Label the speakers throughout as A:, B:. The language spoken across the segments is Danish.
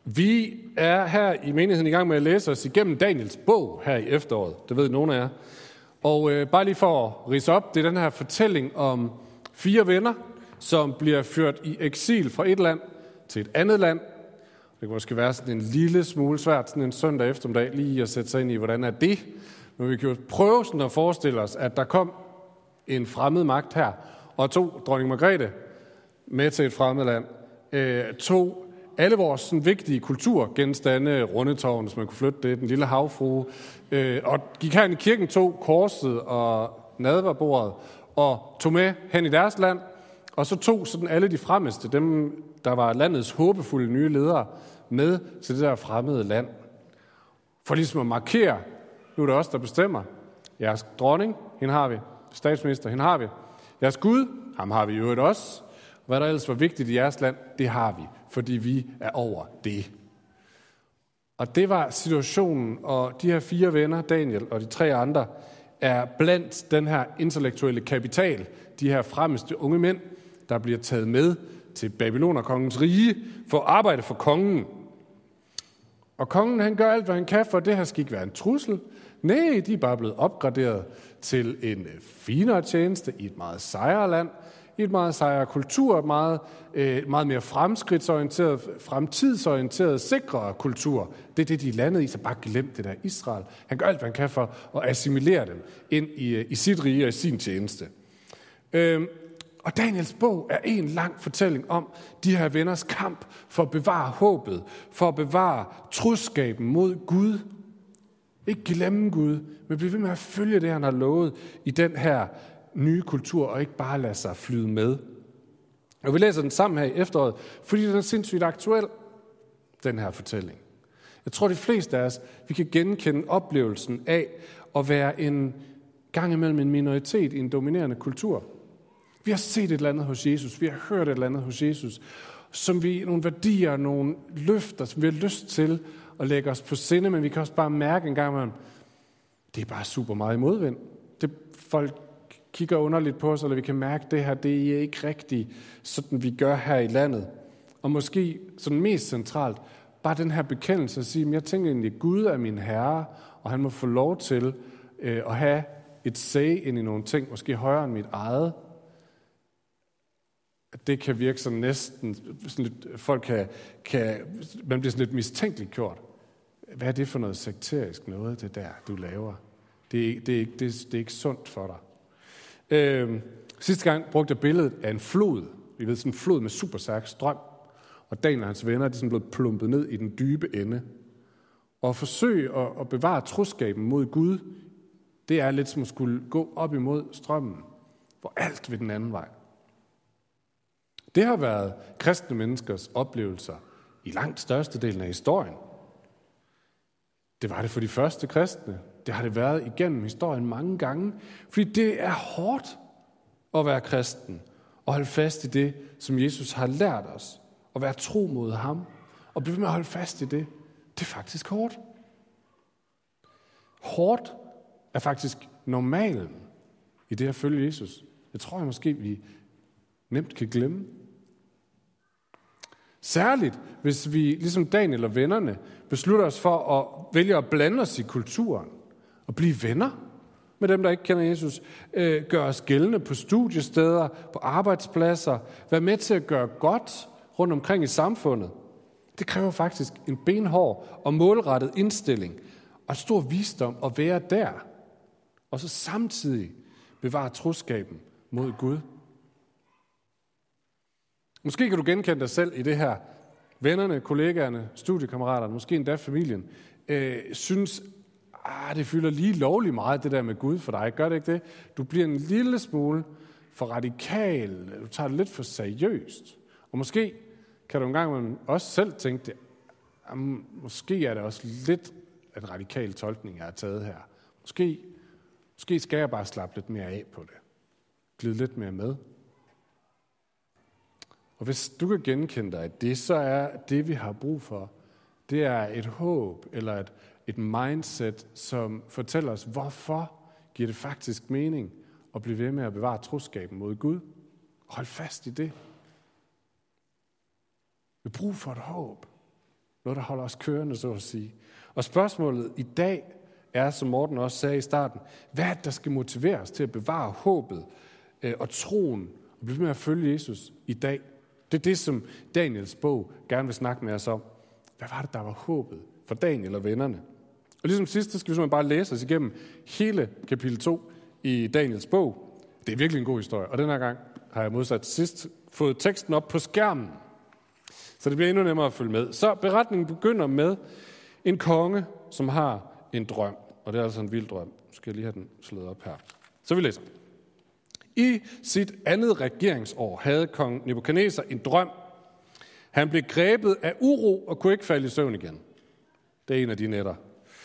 A: Vi er her i menigheden i gang med at læse os igennem Daniels bog her i efteråret. Det ved nogle af jer. Og bare lige for at ridse op, det er den her fortælling om 4 venner, som bliver ført i eksil fra et land til et andet land. Det kan måske være sådan en lille smule svært, sådan en søndag eftermiddag, lige at sætte sig ind i, hvordan er det. Men vi kan jo prøve sådan at forestille os, at der kom en fremmed magt her, og tog dronning Margrethe med til et fremmed land. Tog alle vores sådan vigtige kulturgenstande, Rundetårn, hvis man kunne flytte det, den lille havfrue, og gik her i kirken, tog korset og nadverbordet, og tog med hen i deres land, og så tog sådan alle de fremmeste, dem der var landets håbefulde nye ledere, med til det der fremmede land. For ligesom at markere, nu er det os, der bestemmer. Jeres dronning, hende har vi. Statsminister, hende har vi. Jeres Gud, ham har vi jo et også. Hvad der ellers var vigtigt i jeres land, det har vi, fordi vi er over det. Og det var situationen, og de her 4 venner, Daniel og de 3 andre, er blandt den her intellektuelle kapital, de her fremmeste unge mænd, der bliver taget med til Babylonerkongens rige for at arbejde for kongen. Og kongen, han gør alt, hvad han kan, for det her skal ikke være en trussel. Nej, de er bare blevet opgraderet til en finere tjeneste i et meget sejere land, i et meget sejere kultur, meget mere fremskridtsorienteret, fremtidsorienteret, sikrere kultur. Det er det, de er landet i, så bare glem det der Israel. Han gør alt, hvad han kan for at assimilere dem ind i sit rige og i sin tjeneste. Og Daniels bog er en lang fortælling om de her venners kamp for at bevare håbet, for at bevare troskaben mod Gud. Ikke glemme Gud, men blive ved med at følge det, han har lovet i den her nye kultur, og ikke bare lade sig flyde med. Og vi læser den sammen her i efteråret, fordi den er sindssygt aktuel, den her fortælling. Jeg tror, de fleste af os, vi kan genkende oplevelsen af at være en gang imellem en minoritet i en dominerende kultur. Vi har set et eller andet hos Jesus, vi har hørt et eller andet hos Jesus, som vi nogle værdier, nogle løfter, som vi har lyst til at lægge os på sinde, men vi kan også bare mærke en gang imellem, det er bare super meget i modvind. Folk kigger underligt på os, eller vi kan mærke, at det her, det er ikke rigtigt, sådan vi gør her i landet. Og måske sådan mest centralt, bare den her bekendelse at sige, at jeg tænker egentlig, at Gud er min herre, og han må få lov til at have et say ind i nogle ting, måske højere end mit eget. At det kan virke sådan næsten, sådan lidt, folk man bliver sådan lidt mistænkeligt gjort. Hvad er det for noget sekterisk noget, det der, du laver? Det er ikke sundt for dig. Sidste gang brugte jeg billedet af en flod. Vi ved, sådan en flod med super stærk strøm. Og Daniel og hans venner, de er sådan blevet plumpet ned i den dybe ende. Og at forsøge at bevare troskaben mod Gud, det er lidt som at skulle gå op imod strømmen, hvor alt ved den anden vej. Det har været kristne menneskers oplevelser i langt størstedelen af historien. Det var det for de første kristne. Det har det været igennem historien mange gange. Fordi det er hårdt at være kristen og holde fast i det, som Jesus har lært os. Og være tro mod ham. Og blive ved med at holde fast i det. Det er faktisk hårdt. Hårdt er faktisk normalen i det at følge Jesus. Jeg tror måske, vi nemt kan glemme. Særligt, hvis vi, ligesom Daniel og vennerne, beslutter os for at vælge at blande os i kulturen og blive venner med dem, der ikke kender Jesus, gøre os gældende på studiesteder, på arbejdspladser, være med til at gøre godt rundt omkring i samfundet. Det kræver faktisk en benhård og målrettet indstilling og stor visdom at være der, og så samtidig bevare troskaben mod Gud. Måske kan du genkende dig selv i det her. Vennerne, kollegaerne, studiekammeraterne, måske endda familien, synes, det fylder lige lovligt meget, det der med Gud for dig. Gør det ikke det? Du bliver en lille smule for radikal. Du tager det lidt for seriøst. Og måske kan du engang også selv tænke det. Måske er det også lidt en radikal tolkning, jeg har taget her. Måske skal jeg bare slappe lidt mere af på det. Glide lidt mere med. Og hvis du kan genkende dig i det, så er det, vi har brug for, det er et håb eller et mindset, som fortæller os, hvorfor giver det faktisk mening at blive ved med at bevare troskaben mod Gud. Hold fast i det. Vi har brug for et håb. Noget, der holder os kørende, så at sige. Og spørgsmålet i dag er, som Morten også sagde i starten, hvad er det, der skal motivere os til at bevare håbet og troen og blive med at følge Jesus i dag? Det er det, som Daniels bog gerne vil snakke med os om. Hvad var det, der var håbet for Daniel og vennerne? Og ligesom sidst, så skal vi simpelthen bare læse os igennem hele kapitel 2 i Daniels bog. Det er virkelig en god historie, og den her gang har jeg modsat sidst fået teksten op på skærmen. Så det bliver endnu nemmere at følge med. Så beretningen begynder med en konge, som har en drøm. Og det er altså en vild drøm. Nu skal jeg lige have den slået op her. Så vi læser. I sit andet regeringsår havde kong Nebukadnesar en drøm. Han blev grebet af uro og kunne ikke falde i søvn igen. Det er en af de nætter.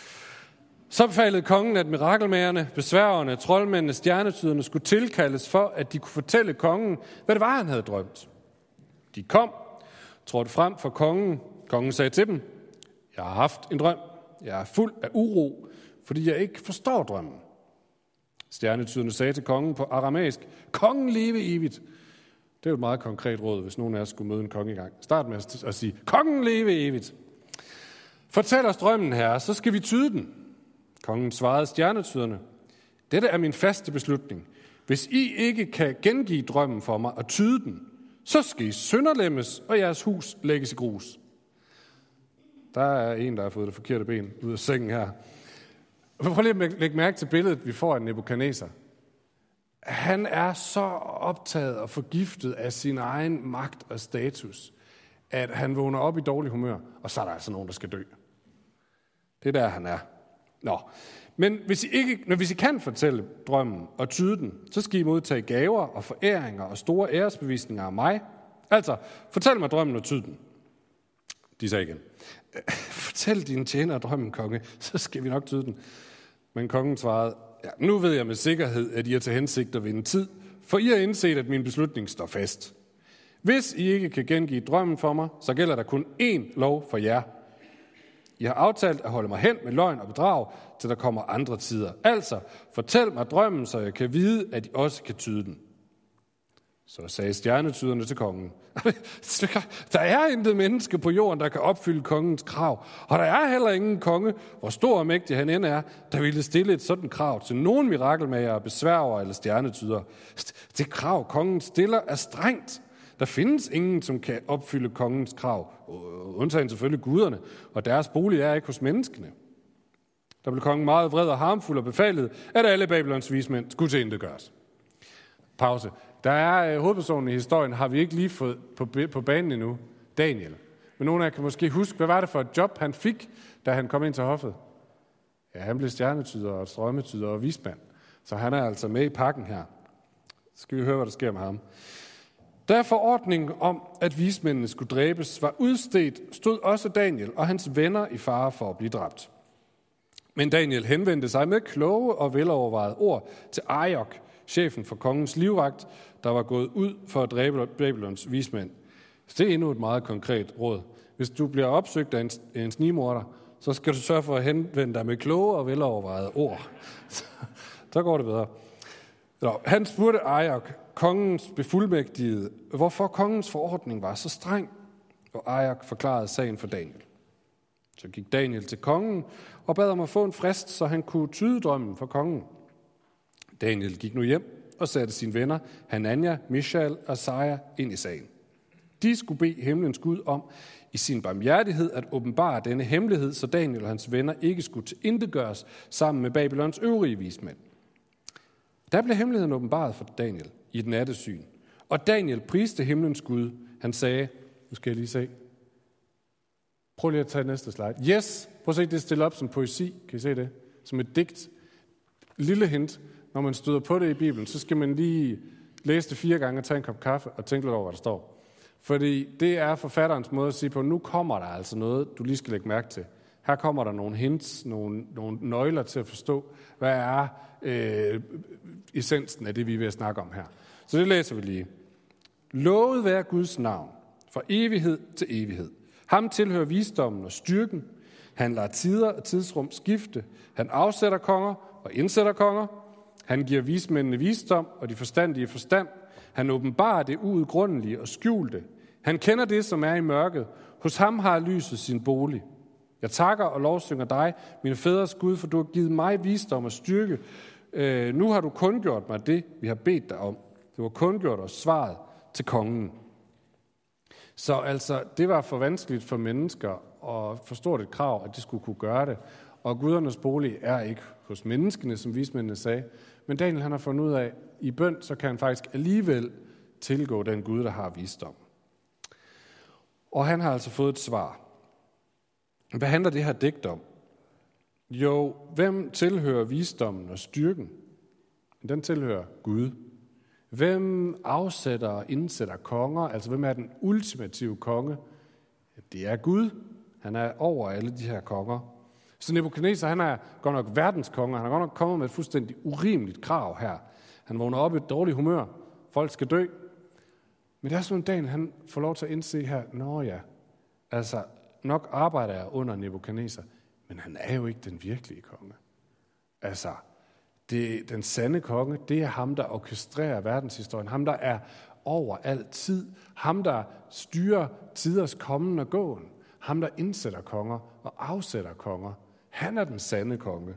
A: Så befalede kongen, at mirakelmagerne, besværgerne, troldmændene, stjernetyderne skulle tilkaldes for, at de kunne fortælle kongen, hvad det var, han havde drømt. De kom, trådte frem for kongen. Kongen sagde til dem, jeg har haft en drøm. Jeg er fuld af uro, fordi jeg ikke forstår drømmen. Stjernetyderne sagde til kongen på aramæisk, kongen leve evigt. Det er jo et meget konkret råd, hvis nogen af os skulle møde en konge i gang. Start med at sige, kongen leve evigt. Fortæl os drømmen, herre, så skal vi tyde den. Kongen svarede stjernetyderne, dette er min faste beslutning. Hvis I ikke kan gengive drømmen for mig og tyde den, så skal I sønderlemmes, og jeres hus lægges i grus. Der er en, der har fået det forkerte ben ud af sengen her. Prøv lige at lægge mærke til billedet, vi får af Nebukadnesar. Han er så optaget og forgiftet af sin egen magt og status, at han vågner op i dårlig humør, og så er der altså nogen, der skal dø. Det er der, han er. Nå, men hvis I kan fortælle drømmen og tyde den, så skal I modtage gaver og foræringer og store æresbevisninger af mig. Altså, fortæl mig drømmen og tyde den. De sagde igen, fortæl dine tjenere drømmen, konge, så skal vi nok tyde den. Men kongen svarede, ja, nu ved jeg med sikkerhed, at I har til hensigt at vinde tid, for I har indset, at min beslutning står fast. Hvis I ikke kan gengive drømmen for mig, så gælder der kun én lov for jer. I har aftalt at holde mig hen med løgn og bedrag, til der kommer andre tider. Altså, fortæl mig drømmen, så jeg kan vide, at I også kan tyde den. Så sagde stjernetyderne til kongen, der er intet menneske på jorden, der kan opfylde kongens krav, og der er heller ingen konge, hvor stor og mægtig han end er, der ville stille et sådan krav til nogen mirakelmager, besværger eller stjernetyder. Det krav, kongen stiller, er strengt. Der findes ingen, som kan opfylde kongens krav, undtagen selvfølgelig guderne, og deres bolig er ikke hos menneskene. Der blev kongen meget vred og harmfuld og befalet, at alle Babylons vismænd skulle tilintetgøres. Pause. Der er hovedpersonen i historien, har vi ikke lige fået på banen endnu, Daniel. Men nogle af jer kan måske huske, hvad var det for et job, han fik, da han kom ind til hoffet? Ja, han blev stjernetyder og strømmetyder og vismand. Så han er altså med i pakken her. Så skal vi høre, hvad der sker med ham. Da forordningen om, at vismændene skulle dræbes, var udstedt, stod også Daniel og hans venner i fare for at blive dræbt. Men Daniel henvendte sig med kloge og velovervejede ord til Ariok, chefen for kongens livvagt, der var gået ud for at dræbe Babylons vismænd. Det er endnu et meget konkret råd. Hvis du bliver opsøgt af en snigmorder, så skal du sørge for at henvende dig med kloge og velovervejede ord. Så går det bedre. Han spurgte Ariok, kongens befuldmægtigede, hvorfor kongens forordning var så streng, og Ariok forklarede sagen for Daniel. Så gik Daniel til kongen og bad om at få en frist, så han kunne tyde drømmen for kongen. Daniel gik nu hjem og satte sine venner, Hanania, Mishael og Asaja, ind i sagen. De skulle bede himlens Gud om i sin barmhjertighed at åbenbare denne hemmelighed, så Daniel og hans venner ikke skulle tilintetgøres sammen med Babylons øvrige vismænd. Der blev hemmeligheden åbenbaret for Daniel i et nattesyn, og Daniel priste himlens Gud. Han sagde, nu skal jeg lige se. Prøv lige at tage næste slide. Yes, prøv at se, det er stillet op som poesi. Kan I se det? Som et digt. Lille hint. Når man støder på det i Bibelen, så skal man lige læse det 4 gange og tage en kop kaffe og tænke lidt over, hvad der står. Fordi det er forfatterens måde at sige på, nu kommer der altså noget, du lige skal lægge mærke til. Her kommer der nogle hints, nogle nøgler til at forstå, hvad er essensen af det, vi er ved at snakke om her. Så det læser vi lige. Lovet være Guds navn, fra evighed til evighed. Ham tilhører visdommen og styrken. Han lader tider og tidsrum skifte. Han afsætter konger og indsætter konger. Han giver vismændene visdom og de forstandige forstand. Han åbenbarer det uudgrundelige og skjulte. Han kender det, som er i mørket, Hos ham har lyset sin bolig. Jeg takker og lovsynger dig, mine fædres Gud, for du har givet mig visdom og styrke. Nu har du kundgjort mig det, vi har bedt dig om. Du har kundgjort os svaret til kongen. Så altså, det var for vanskeligt for mennesker og for stort et krav, at de skulle kunne gøre det. Og gudernes bolig er ikke hos menneskene, som vismændene sagde. Men Daniel han har fundet ud af, at i bøn, så kan han faktisk alligevel tilgå den Gud, der har visdom. Og han har altså fået et svar. Hvad handler det her digt om? Jo, hvem tilhører visdommen og styrken? Den tilhører Gud. Hvem afsætter og indsætter konger? Altså, hvem er den ultimative konge? Det er Gud. Han er over alle de her konger. Så Nebukadnesar, han er godt nok verdenskonge. Han er godt nok kommet med et fuldstændig urimeligt krav her. Han vågner op i et dårligt humør. Folk skal dø. Men det er sådan en dag, han får lov til at indse her, nå ja, altså nok arbejder jeg under Nebukadnesar, men han er jo ikke den virkelige konge. Altså, den sande konge, det er ham, der orkestrerer verdenshistorien. Ham, der er over altid. Ham, der styrer tiders kommen og gåen. Ham, der indsætter konger og afsætter konger. Han er den sande konge.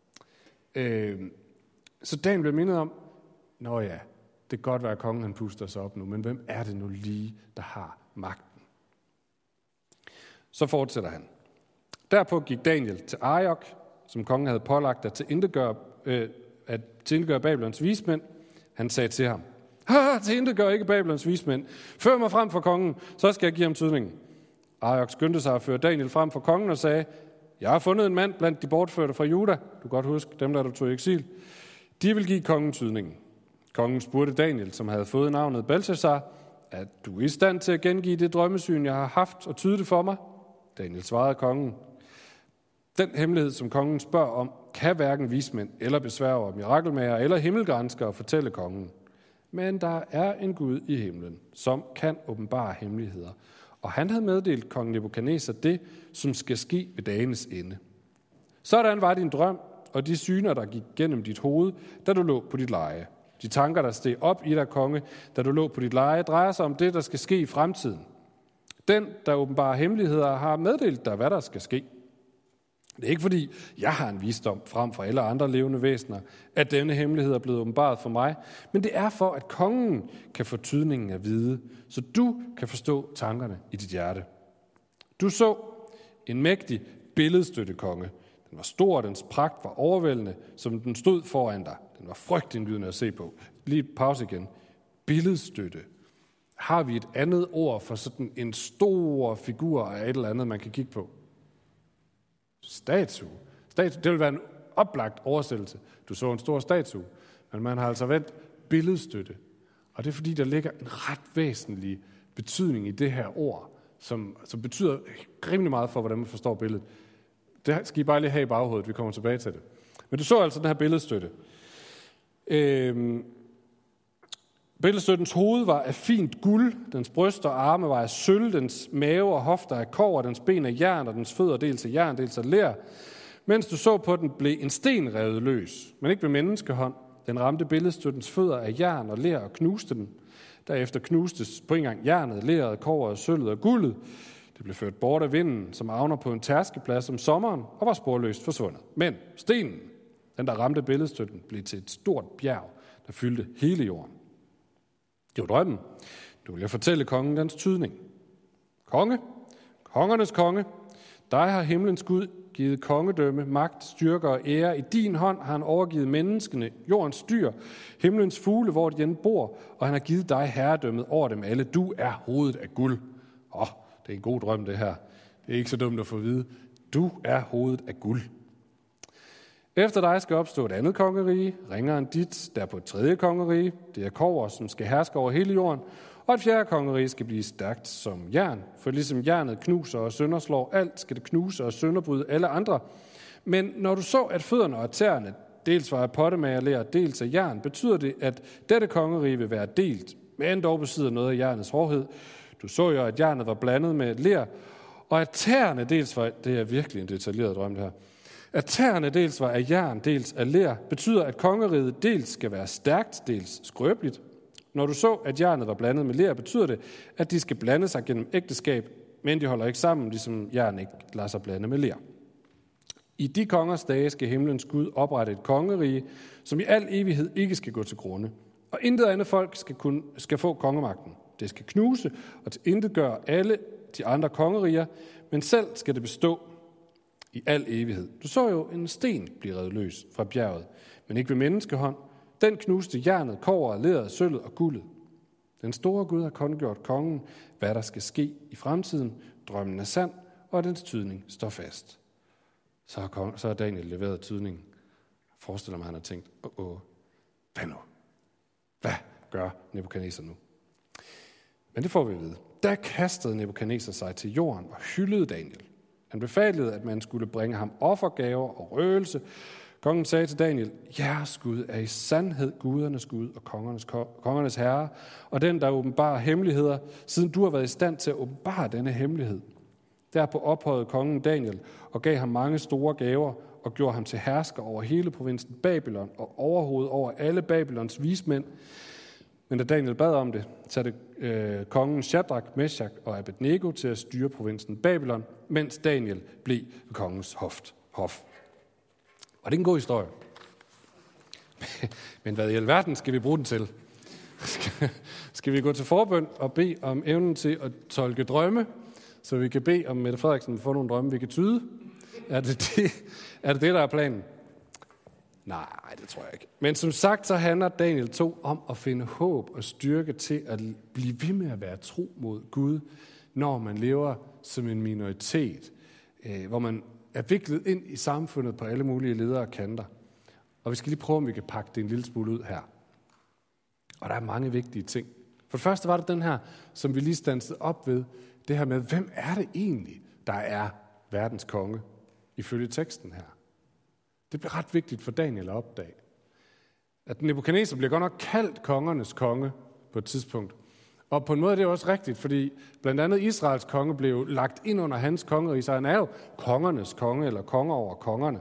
A: Så dagen blev mindet om, nå ja, det kan godt være, at kongen han puster sig op nu, men hvem er det nu lige, der har magten? Så fortsætter han. Derpå gik Daniel til Ariok, som kongen havde pålagt at tilintetgøre Babylons vismænd. Han sagde til ham, tilintetgør ikke Babylons vismænd. Før mig frem for kongen, så skal jeg give ham tydningen. Ariok skyndte sig at føre Daniel frem for kongen og sagde, jeg har fundet en mand blandt de bortførte fra Juda. Du kan godt huske dem, der du tog i eksil. De vil give kongen tydningen. Kongen spurgte Daniel, som havde fået navnet Belteshazzar, er du i stand til at gengive det drømmesyn, jeg har haft, og tyde det for mig? Daniel svarede kongen, den hemmelighed, som kongen spørger om, kan hverken vismænd eller besværger, mirakelmager eller himmelgranskere fortælle kongen. Men der er en Gud i himlen, som kan åbenbare hemmeligheder. Og han havde meddelt kongen Nebukadnesar det, som skal ske ved dagens ende. Sådan var din drøm, og de syner, der gik gennem dit hoved, da du lå på dit leje. De tanker, der steg op i dig, konge, da du lå på dit leje, drejer sig om det, der skal ske i fremtiden. Den, der åbenbare hemmeligheder, har meddelt dig, hvad der skal ske. Det er ikke fordi, jeg har en visdom frem for alle andre levende væsener, at denne hemmelighed er blevet åbenbaret for mig, men det er for, at kongen kan få tydningen at vide, så du kan forstå tankerne i dit hjerte. Du så en mægtig billedstøttekonge. Den var stor, og dens pragt var overvældende, som den stod foran dig. Den var frygtindgydende at se på. Lige pause igen. Billedstøtte. Har vi et andet ord for sådan en stor figur af et eller andet, man kan kigge på? Statue. Det vil være en oplagt oversættelse. Du så en stor statue, men man har altså vendt billedstøtte. Og det er fordi, der ligger en ret væsentlig betydning i det her ord, som betyder rimelig meget for, hvordan man forstår billedet. Det skal I bare lige have i baghovedet, vi kommer tilbage til det. Men du så altså den her billedstøtte. Billedstøttens hoved var af fint guld, dens bryster og arme var af sølv, dens mave og hofter af kobber, dens ben af jern og dens fødder dels af jern, dels af ler. Mens du så på den, blev en sten revet løs, men ikke med menneskehånd. Den ramte billedstøttens fødder af jern og ler og knuste den. Derefter knustes på en gang jernet, leret, kobberet, sølvet og guldet. Det blev ført bort af vinden, som avner på en tærskeplads om sommeren, og var sporløst forsvundet. Men stenen, den der ramte billedstøtten, blev til et stort bjerg, der fyldte hele jorden. Det var drømmen. Du vil jeg fortælle kongen dens tydning. Konge, kongernes konge, dig har himlens Gud givet kongedømme, magt, styrke og ære. I din hånd har han overgivet menneskene, jordens dyr, himlens fugle, hvor de end bor, og han har givet dig herredømmet over dem alle. Du er hovedet af guld. Det er en god drøm, det her. Det er ikke så dumt at få at vide. Du er hovedet af guld. Efter dig skal opstå et andet kongerige, ringere end dit, der på et tredje kongerige. Det er kover, som skal herske over hele jorden. Og et fjerde kongerige skal blive stærkt som jern, for ligesom jernet knuser og sønderslår alt, skal det knuse og sønderbryde alle andre. Men når du så, at fødderne og tæerne dels var af pottemagerler, dels af jern, betyder det, at dette kongerige vil være delt, men dog besidder noget af jernets hårdhed. Du så jo, at jernet var blandet med ler, og at tæerne dels var, det er virkelig en detaljeret drøm det her, at tæerne dels var af jern, dels af ler, betyder, at kongeriget dels skal være stærkt, dels skrøbeligt. Når du så, at jernet var blandet med ler, betyder det, at de skal blande sig gennem ægteskab, men de holder ikke sammen, ligesom jern ikke lader sig blande med ler. I de kongers dage skal himlens Gud oprette et kongerige, som i al evighed ikke skal gå til grunde. Og intet andet folk skal få kongemagten. Det skal knuse og tilintetgøre alle de andre kongeriger, men selv skal det bestå i al evighed. Du så jo en sten blive revet løs fra bjerget, men ikke ved menneskehånd. Den knuste jernet, kobberet, leret, sølvet og guldet. Den store Gud har kundgjort kongen, hvad der skal ske i fremtiden. Drømmen er sand, og dens tydning står fast. Så har Daniel leveret tydningen. Jeg forestiller mig, han har tænkt, hvad nu? Hvad gør Nebukadnesar nu? Men det får vi at vide. Da kastede Nebukadnesar sig til jorden og hyldede Daniel. Han befalede, at man skulle bringe ham offergaver og røgelse. Kongen sagde til Daniel, jeres Gud er i sandhed gudernes Gud og kongernes herre, og den, der åbenbarer hemmeligheder, siden du har været i stand til at åbenbare denne hemmelighed. Derpå ophøjede kongen Daniel og gav ham mange store gaver og gjorde ham til hersker over hele provinsen Babylon og overhoved over alle Babylons vismænd. Men da Daniel bad om det, satte kongen Shadrach, Meshach og Abednego til at styre provinsen Babylon, mens Daniel blev ved kongens hof. Og det er en god historie. Men hvad i alverden skal vi bruge den til? Skal vi gå til forbøn og bede om evnen til at tolke drømme, så vi kan bede om Mette Frederiksen får nogle drømme, vi kan tyde? Er det, der er planen? Nej, det tror jeg ikke. Men som sagt, så handler Daniel 2 om at finde håb og styrke til at blive ved med at være tro mod Gud, når man lever som en minoritet, hvor man er viklet ind i samfundet på alle mulige ledere og kanter. Og vi skal lige prøve, om vi kan pakke det en lille smule ud her. Og der er mange vigtige ting. For det første var det den her, som vi lige standsede op ved, det her med, hvem er det egentlig, der er verdens konge, ifølge teksten her. Det bliver ret vigtigt for Daniel at opdage. At Nebukadnesar bliver godt nok kaldt kongernes konge på et tidspunkt. Og på en måde er det også rigtigt, fordi blandt andet Israels konge blev lagt ind under hans kongerige, så han er jo kongernes konge, eller konger over kongerne.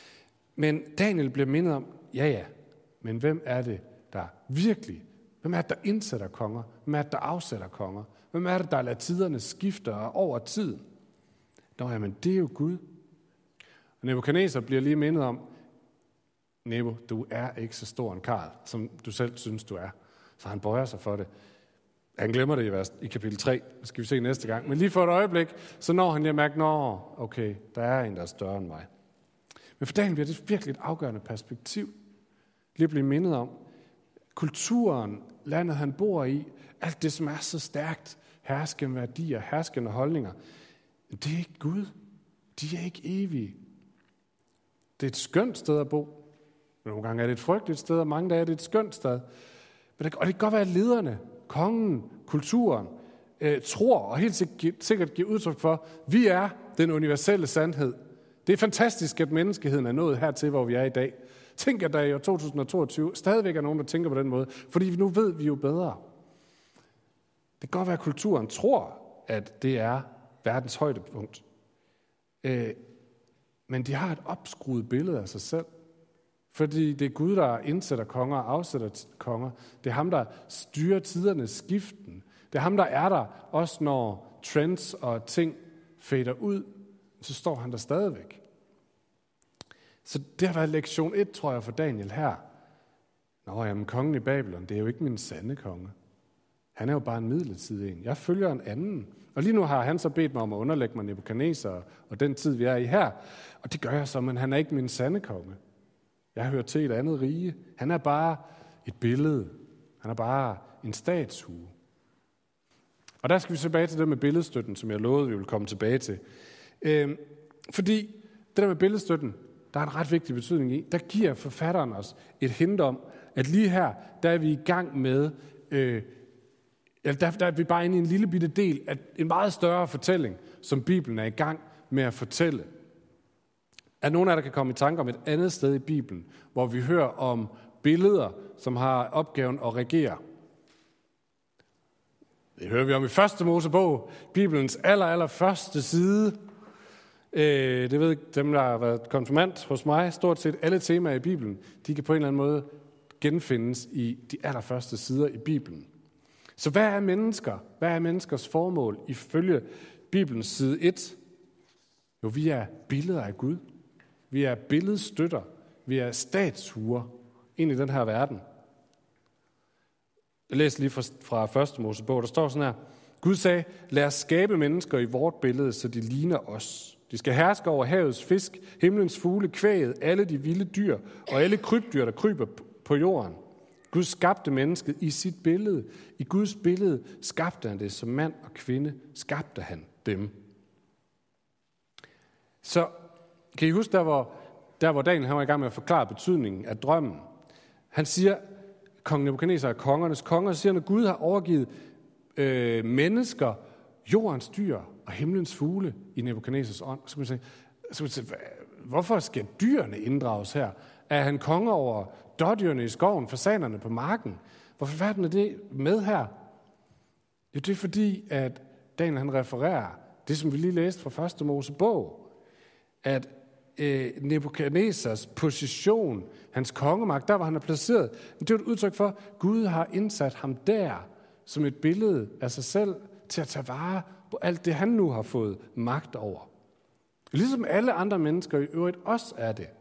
A: Men Daniel bliver mindet om, ja, men hvem er det, der virkelig, hvem er det, der indsætter konger? Hvem er det, der afsætter konger? Hvem er det, der lader tiderne skifte over tiden? Men det er jo Gud. Og Nebukadnesar bliver lige mindet om, Nebo, du er ikke så stor en karl, som du selv synes, du er. Så han bøjer sig for det. Han glemmer det i kapitel 3, det skal vi se næste gang. Men lige for et øjeblik, så når han lige at mærke, okay, der er en, der er større end mig. Men for Daniel bliver det virkelig et afgørende perspektiv. Lige at blive mindet om kulturen, landet han bor i, alt det, som er så stærkt, herskende værdier, herskende holdninger. Det er ikke Gud. De er ikke evige. Det er et skønt sted at bo. Nogle gange er det et frygteligt sted, og mange dage er det et skønt sted. Og det kan godt være, at lederne, kongen, kulturen, tror og helt sikkert giver udtryk for, at vi er den universelle sandhed. Det er fantastisk, at menneskeheden er nået hertil, hvor vi er i dag. Tænk, at der i år 2022 stadigvæk er nogen, der tænker på den måde, fordi nu ved vi jo bedre. Det kan godt være, at kulturen tror, at det er verdens højdepunkt. Men de har et opskruet billede af sig selv. Fordi det er Gud, der indsætter konger og afsætter konger. Det er ham, der styrer tidernes skiften. Det er ham, der er der, også når trends og ting fader ud, så står han der stadigvæk. Så det har været lektion 1, tror jeg, for Daniel her. Jamen, kongen i Babylon, det er jo ikke min sande konge. Han er jo bare en midlertidig en. Jeg følger en anden. Og lige nu har han så bedt mig om at underlægge mig Nebukadnesar og den tid, vi er i her. Og det gør jeg så, men han er ikke min sande konge. Jeg hører til et andet rige. Han er bare et billede. Han er bare en statshue. Og der skal vi tilbage til det med billedstøtten, som jeg lovede, vi vil komme tilbage til. Fordi det der med billedstøtten, der er en ret vigtig betydning i. Der giver forfatteren os et hint om, at lige her, der er vi i gang med, der er vi bare inde i en lille bitte del af en meget større fortælling, som Bibelen er i gang med at fortælle. Er nogen af jer, der kan komme i tanke om et andet sted i Bibelen, hvor vi hører om billeder, som har opgaven at regere? Det hører vi om i 1. Mosebog, Bibelens aller første side. Det ved dem, der har været konfirmand hos mig. Stort set alle temaer i Bibelen, de kan på en eller anden måde genfindes i de allerførste sider i Bibelen. Så hvad er mennesker? Hvad er menneskers formål ifølge Bibelens side 1? Jo, vi er billeder af Gud. Vi er billedstøtter. Vi er statshuer ind i den her verden. Jeg læser lige fra 1. Mosebog, der står sådan her. Gud sagde, lad os skabe mennesker i vort billede, så de ligner os. De skal herske over havets fisk, himlens fugle, kvæget, alle de vilde dyr og alle krybdyr, der kryber på jorden. Gud skabte mennesket i sit billede. I Guds billede skabte han det, som mand og kvinde skabte han dem. Så kan I huske, der hvor Daniel han var i gang med at forklare betydningen af drømmen. Han siger, kong Nebukadnesar er kongernes konger, siger, når Gud har overgivet mennesker, jordens dyr og himlens fugle i Nebukadnesars ånd, så kan man sige, hvorfor skal dyrene inddrages her? Er han konge over dårdyrene i skoven, fasanerne på marken? Hvorfor verden er det med her? Jo, det er fordi, at Daniel han refererer det, som vi lige læste fra 1. Mosebog, at Nebukadnesars position, hans kongemagt, der hvor han er placeret, det er et udtryk for, at Gud har indsat ham der som et billede af sig selv til at tage vare på alt det, han nu har fået magt over. Ligesom alle andre mennesker i øvrigt også er det.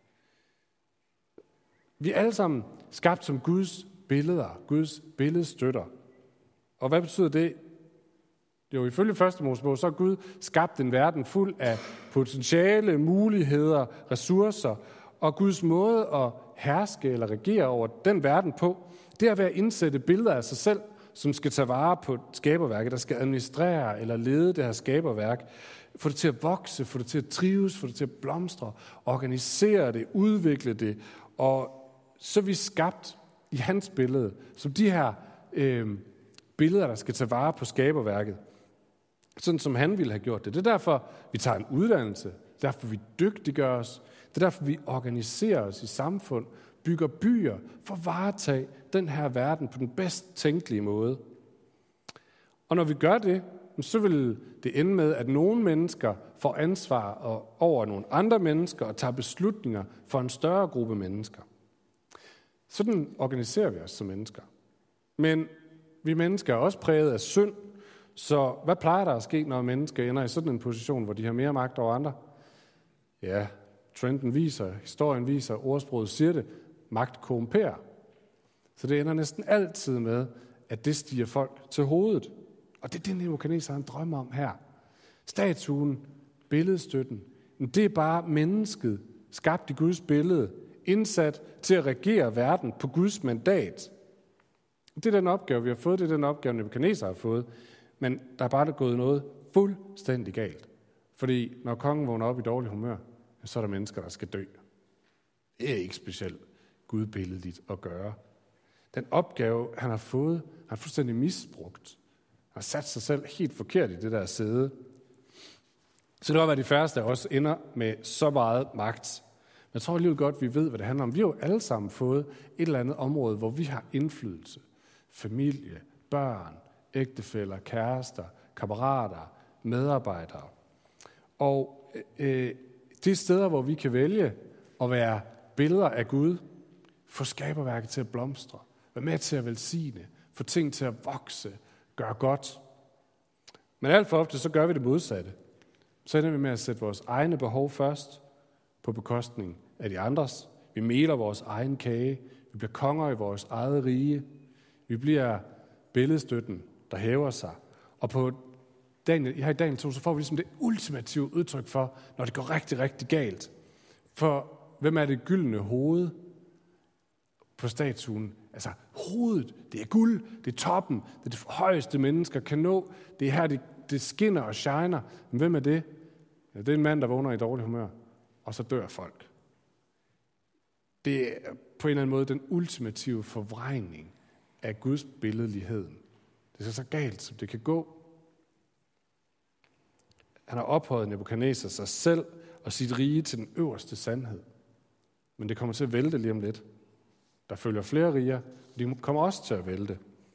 A: Vi er alle sammen skabt som Guds billeder, Guds billedstøtter. Og hvad betyder det? Jo, ifølge 1. Mosebog, så har Gud skabt en verden fuld af potentiale, muligheder, ressourcer, og Guds måde at herske eller regere over den verden på, det er ved at indsætte billeder af sig selv, som skal tage vare på skaberværket, der skal administrere eller lede det her skaberværk, få det til at vokse, få det til at trives, få det til at blomstre, organisere det, udvikle det, og så er vi skabt i hans billede, som de her billeder, der skal tage vare på skaberværket, sådan som han ville have gjort det. Det er derfor, vi tager en uddannelse, det er derfor, vi dygtiggør os, det er derfor, vi organiserer os i samfund, bygger byer for at varetage den her verden på den bedst tænkelige måde. Og når vi gør det, så vil det ende med, at nogle mennesker får ansvar over nogle andre mennesker og tager beslutninger for en større gruppe mennesker. Sådan organiserer vi os som mennesker. Men vi mennesker er også præget af synd, så hvad plejer der at ske, når mennesker ender i sådan en position, hvor de har mere magt over andre? Ja, trenden viser, historien viser, ordsproget siger det, magt korrumperer. Så det ender næsten altid med, at det stiger folk til hovedet. Og det er det, Nebukadnesar drømmer om her. Statuen, billedstøtten, det er bare mennesket, skabt i Guds billede, indsat til at regere verden på Guds mandat. Det er den opgave, vi har fået, det er den opgave, Nebukadnesar har fået. Men der er bare gået noget fuldstændig galt. Fordi når kongen vågner op i dårlig humør, så er der mennesker, der skal dø. Det er ikke specielt gudbilledligt at gøre. Den opgave, han har fået, han har fuldstændig misbrugt. Han har sat sig selv helt forkert i det der sæde. Så det var, hvad de færreste af os ender med så meget magt. Men jeg tror alligevel godt, vi ved, hvad det handler om. Vi har jo alle sammen fået et eller andet område, hvor vi har indflydelse. Familie, børn, ægtefæller, kærester, kammerater, medarbejdere. Og det er steder, hvor vi kan vælge at være billeder af Gud, få skaberværket til at blomstre, være med til at velsigne, få ting til at vokse, gøre godt. Men alt for ofte, så gør vi det modsatte. Så ender vi med at sætte vores egne behov først, på bekostning af de andres. Vi meler vores egen kage. Vi bliver konger i vores eget rige. Vi bliver billedstøtten, der hæver sig. Og på her i Daniel 2, så får vi ligesom det ultimative udtryk for, når det går rigtig, rigtig galt. For hvem er det gyldne hoved på statuen? Altså hovedet, det er guld, det er toppen, det er det højeste mennesker kan nå. Det er her, det skinner og shiner. Men hvem er det? Ja, det er en mand, der vågner i dårlig humør, og så dør folk. Det er på en eller anden måde den ultimative forvrængning af Guds billedligheden. Det er så galt, som det kan gå. Han har ophøjet Nebukadnesar sig selv og sit rige til den øverste sandhed. Men det kommer til at vælte lige om lidt. Der følger flere riger, og de kommer også til at vælte.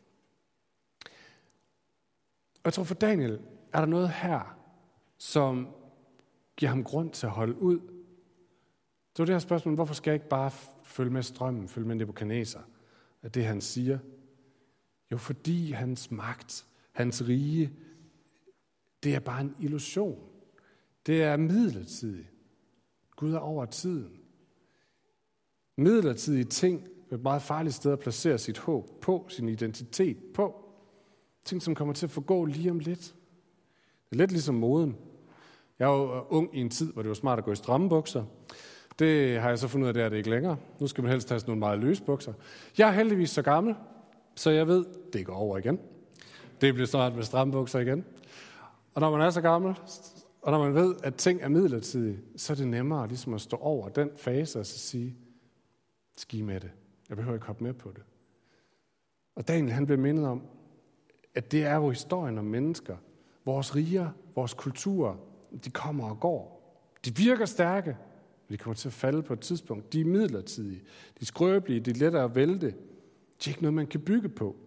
A: Og jeg tror for Daniel, er der noget her, som giver ham grund til at holde ud. Det var det her spørgsmål, hvorfor skal jeg ikke bare følge med strømmen, følge med Nebukadnesar, af det han siger? Jo, fordi hans magt, hans rige, det er bare en illusion. Det er midlertidigt. Gud er over tiden. Midlertidige ting er et meget farligt sted at placere sit håb på, sin identitet på. Ting, som kommer til at forgå lige om lidt. Det er lidt ligesom moden. Jeg var jo ung i en tid, hvor det var smart at gå i stramme bukser. Det har jeg så fundet ud af, det er det ikke længere. Nu skal man helst have sådan nogle meget løse bukser. Jeg er heldigvis så gammel, så jeg ved, det går over igen. Det bliver snart med stramme bukser igen. Og når man er så gammel, og når man ved, at ting er midlertidige, så er det nemmere ligesom at stå over den fase og så sige, ski med det. Jeg behøver ikke hoppe med på det. Og Daniel, han blev mindet om, at det er jo historien om mennesker. Vores riger, vores kulturer, de kommer og går. De virker stærke, men de kommer til at falde på et tidspunkt. De er midlertidige, de er skrøbelige, de er lettere at vælte. De er ikke noget, man kan bygge på.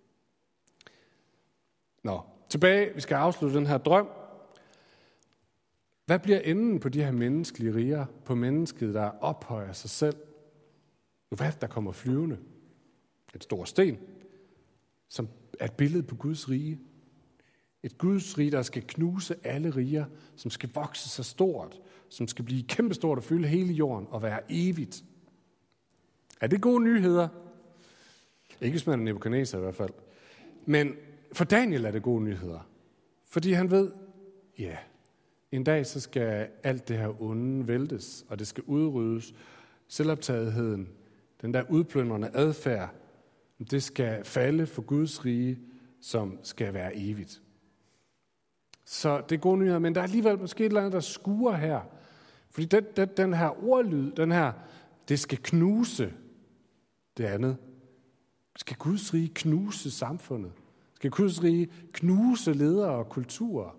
A: Nå, tilbage, vi skal afslutte den her drøm. Hvad bliver enden på de her menneskelige riger, på mennesket, der ophøjer sig selv? Jo, hvad der kommer flyvende? Et stort sten, som er et billede på Guds rige. Et Guds rige, der skal knuse alle riger, som skal vokse så stort, som skal blive kæmpestort og fylde hele jorden og være evigt. Er det gode nyheder? Ikke hvis man er Nebukadnesar i hvert fald. Men for Daniel er det gode nyheder. Fordi han ved, ja, en dag så skal alt det her onde væltes, og det skal udryddes. Selvoptagetheden, den der udplyndrende adfærd, det skal falde for Guds rige, som skal være evigt. Så det er gode nyheder, men der er alligevel måske et eller andet, der skuer her. Fordi den her ordlyd, den her, det skal knuse det andet. Skal Guds rige knuse samfundet? Skal Guds rige knuse ledere og kulturer?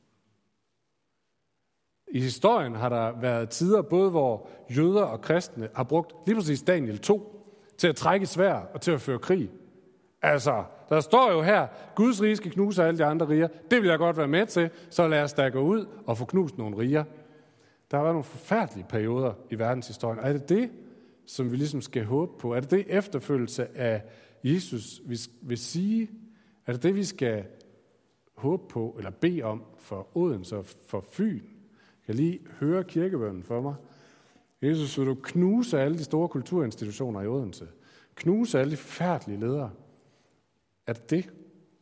A: I historien har der været tider, både hvor jøder og kristne har brugt lige præcis Daniel 2 til at trække sværd og til at føre krig. Altså, der står jo her, Guds rige skal knuse alle de andre riger. Det vil jeg godt være med til, så lad os da gå ud og få knust nogle riger. Der har været nogle forfærdelige perioder i verdenshistorien. Er det det, som vi ligesom skal håbe på? Er det det efterfølgelse af Jesus, vi vil sige? Er det det, vi skal håbe på, eller bede om for Odense og for Fyn? Jeg kan lige høre kirkebønnen for mig. Jesus, vil du knuse alle de store kulturinstitutioner i Odense? Knuse alle de forfærdelige ledere? Er det det?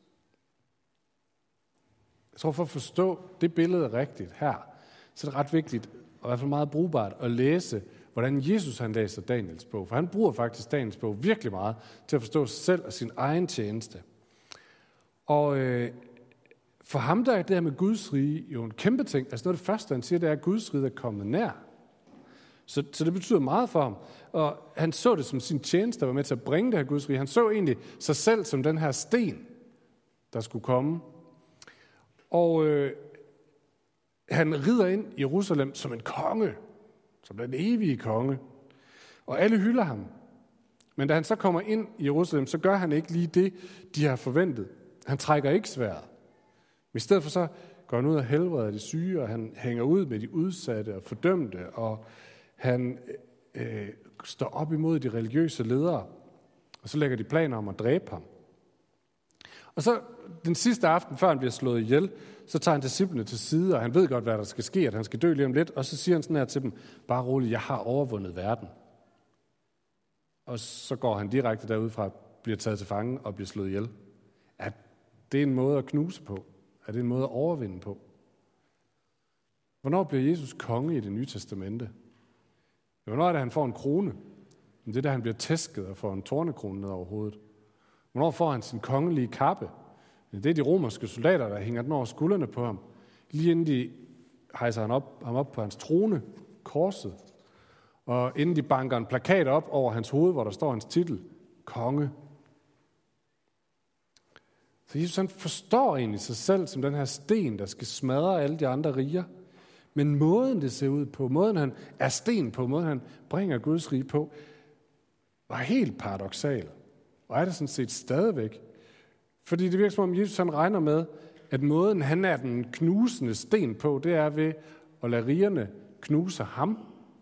A: Jeg tror, for at forstå det billede rigtigt her, så er det ret vigtigt, og i hvert fald meget brugbart, at læse, hvordan Jesus han læser Daniels bog. For han bruger faktisk Daniels bog virkelig meget til at forstå sig selv og sin egen tjeneste. Og for ham der er det her med Guds rige jo en kæmpe ting. Altså noget af det første, han siger, det er, at Guds rige er kommet nær. Så det betyder meget for ham. Og han så det som sin tjeneste, der var med til at bringe det her Guds rige. Han så egentlig sig selv som den her sten, der skulle komme. Og han rider ind i Jerusalem som en konge, som den evige konge. Og alle hylder ham. Men da han så kommer ind i Jerusalem, så gør han ikke lige det, de har forventet. Han trækker ikke sværdet. I stedet for så går han ud og helbreder de syge, og han hænger ud med de udsatte og fordømte, og han står op imod de religiøse ledere, og så lægger de planer om at dræbe ham. Og så den sidste aften, før han bliver slået ihjel, så tager han disciplene til side, og han ved godt, hvad der skal ske, at han skal dø lige om lidt, og så siger han sådan her til dem, bare roligt, jeg har overvundet verden. Og så går han direkte derudfra, bliver taget til fange og bliver slået ihjel. Er det en måde at knuse på? Er det en måde at overvinde på? Hvornår bliver Jesus konge i Det Nye Testamente? Hvornår er det, han får en krone? Det er da, han bliver tæsket og får en tornekrone ned over hovedet. Hvornår får han sin kongelige kappe? Det er de romerske soldater, der hænger den over skuldrene på ham. Lige inden de hejser ham op på hans trone, korset. Og inden de banker en plakat op over hans hoved, hvor der står hans titel, konge. Så Jesus han forstår egentlig sig selv som den her sten, der skal smadre alle de andre riger. Men måden det ser ud på, måden han er sten på, måden han bringer Guds rige på, var helt paradoksal. Og er det sådan set stadigvæk. Fordi det virker som om Jesus han regner med, at måden han er den knusende sten på, det er ved at lade rigerne knuse ham.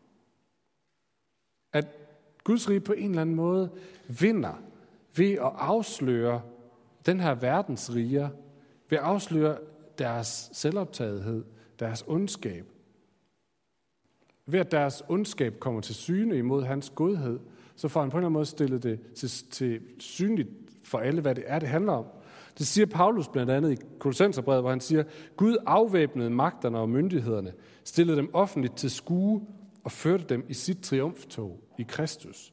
A: At Guds rige på en eller anden måde vinder ved at afsløre den her verdens riger, ved at afsløre deres selvoptagethed, deres ondskab. Ved at deres ondskab kommer til syne imod hans godhed, så får han på en eller anden måde stillet det til synligt for alle, hvad det er, det handler om. Det siger Paulus blandt andet i Kolossenserbrevet, hvor han siger, Gud afvæbnede magterne og myndighederne, stillede dem offentligt til skue og førte dem i sit triumftog i Kristus.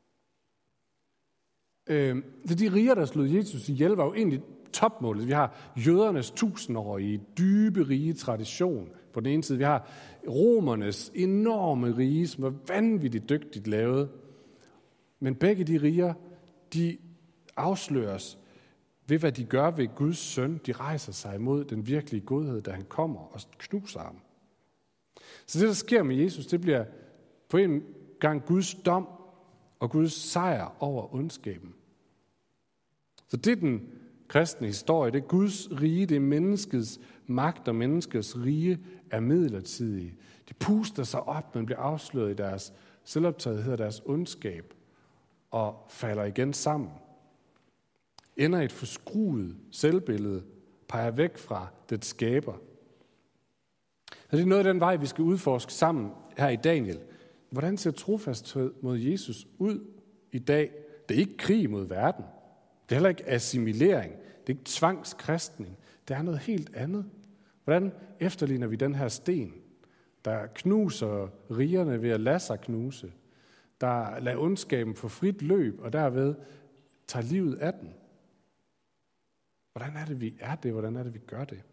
A: De riger, der slog Jesus ihjel, var jo egentlig topmålet. Vi har jødernes 1000-årige dybe rige tradition på den ene side. Vi har romernes enorme rige, som var vanvittigt dygtigt lavet. Men begge de riger, de afsløres ved, hvad de gør ved Guds søn. De rejser sig imod den virkelige godhed, da han kommer og knuser ham. Så det, der sker med Jesus, det bliver på en gang Guds dom og Guds sejr over ondskaben. Så det er den kristne historie. Det er Guds rige, det er menneskets magt, og menneskets rige er midlertidige. De puster sig op, men bliver afsløret i deres selvoptagethed og deres ondskab, og falder igen sammen. Ender et forskruet selvbillede, peger væk fra det skaber. Og det er noget af den vej, vi skal udforske sammen her i Daniel. Hvordan ser trofasthed mod Jesus ud i dag? Det er ikke krig mod verden. Det er heller ikke assimilering. Det er ikke tvangskristning. Det er noget helt andet. Hvordan efterligner vi den her sten, der knuser rigerne ved at lade sig knuse, der lader ondskaben få frit løb, og derved tager livet af den? Hvordan er det, vi er det? Hvordan er det, vi gør det?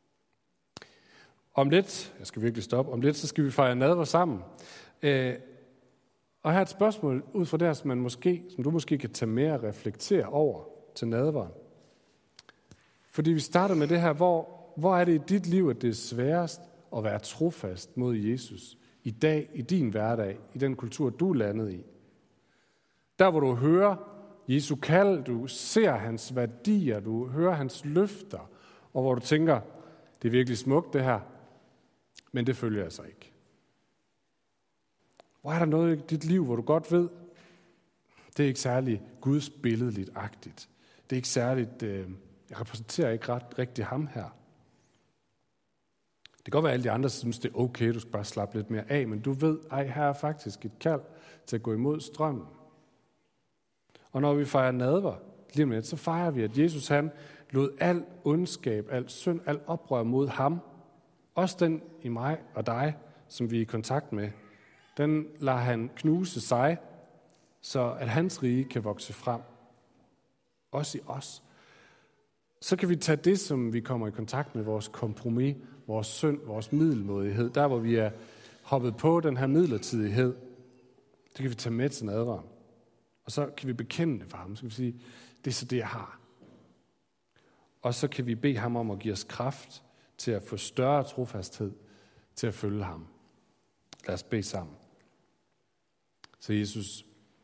A: Om lidt, jeg skal virkelig stoppe, om lidt, så skal vi fejre nadver sammen. Og her er et spørgsmål ud fra det, som du måske kan tage med og reflektere over til nadveren. Fordi vi starter med det her, hvor er det i dit liv, at det er sværest at være trofast mod Jesus i dag, i din hverdag, i den kultur, du er landet i. Der, hvor du hører Jesu kald, du ser hans værdier, du hører hans løfter, og hvor du tænker, det er virkelig smukt det her, men det følger jeg så ikke. Hvor er der noget i dit liv, hvor du godt ved, det er ikke særlig Guds billedligt-agtigt. Det er ikke særligt, jeg repræsenterer ikke rigtig ham her. Det kan godt være, at alle de andre synes, det er okay, du skal bare slappe lidt mere af, men du ved, her er faktisk et kald til at gå imod strømmen. Og når vi fejrer nadver, lige om lidt, så fejrer vi, at Jesus han lod al ondskab, al synd, al oprør mod ham, også den i mig og dig, som vi er i kontakt med, den lader han knuse sig, så at hans rige kan vokse frem. Også i os. Så kan vi tage det, som vi kommer i kontakt med, vores kompromis, vores synd, vores middelmådighed, der hvor vi er hoppet på den her midlertidighed, det kan vi tage med til nadveren. Og så kan vi bekende det for ham. Så kan vi sige, det er så det, jeg har. Og så kan vi bede ham om at give os kraft til at få større trofasthed til at følge ham. Lad os bede sammen. Så Jesus,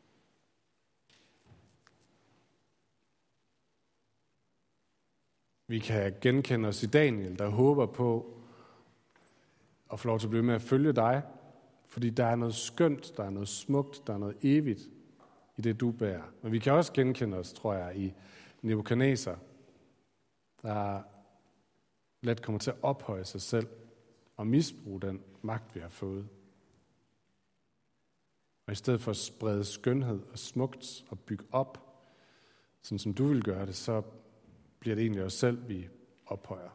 A: vi kan genkende os i Daniel, der håber på at få lov til at blive med at følge dig, fordi der er noget skønt, der er noget smukt, der er noget evigt i det, du bærer. Men vi kan også genkende os, tror jeg, i Nebukadneser, der let kommer til at ophøje sig selv og misbruge den magt, vi har fået. Og i stedet for at sprede skønhed og smukt og bygge op, sådan som du vil gøre det, så bliver det egentlig os selv, vi ophøjer.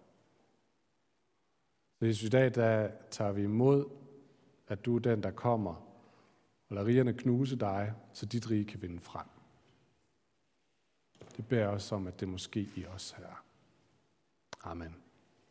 A: Så Jesus, i dag der tager vi imod, at du er den, der kommer og lader rigerne knuse dig, så dit rige kan vinde frem. Det bærer os om, at det måske i os her. Amen.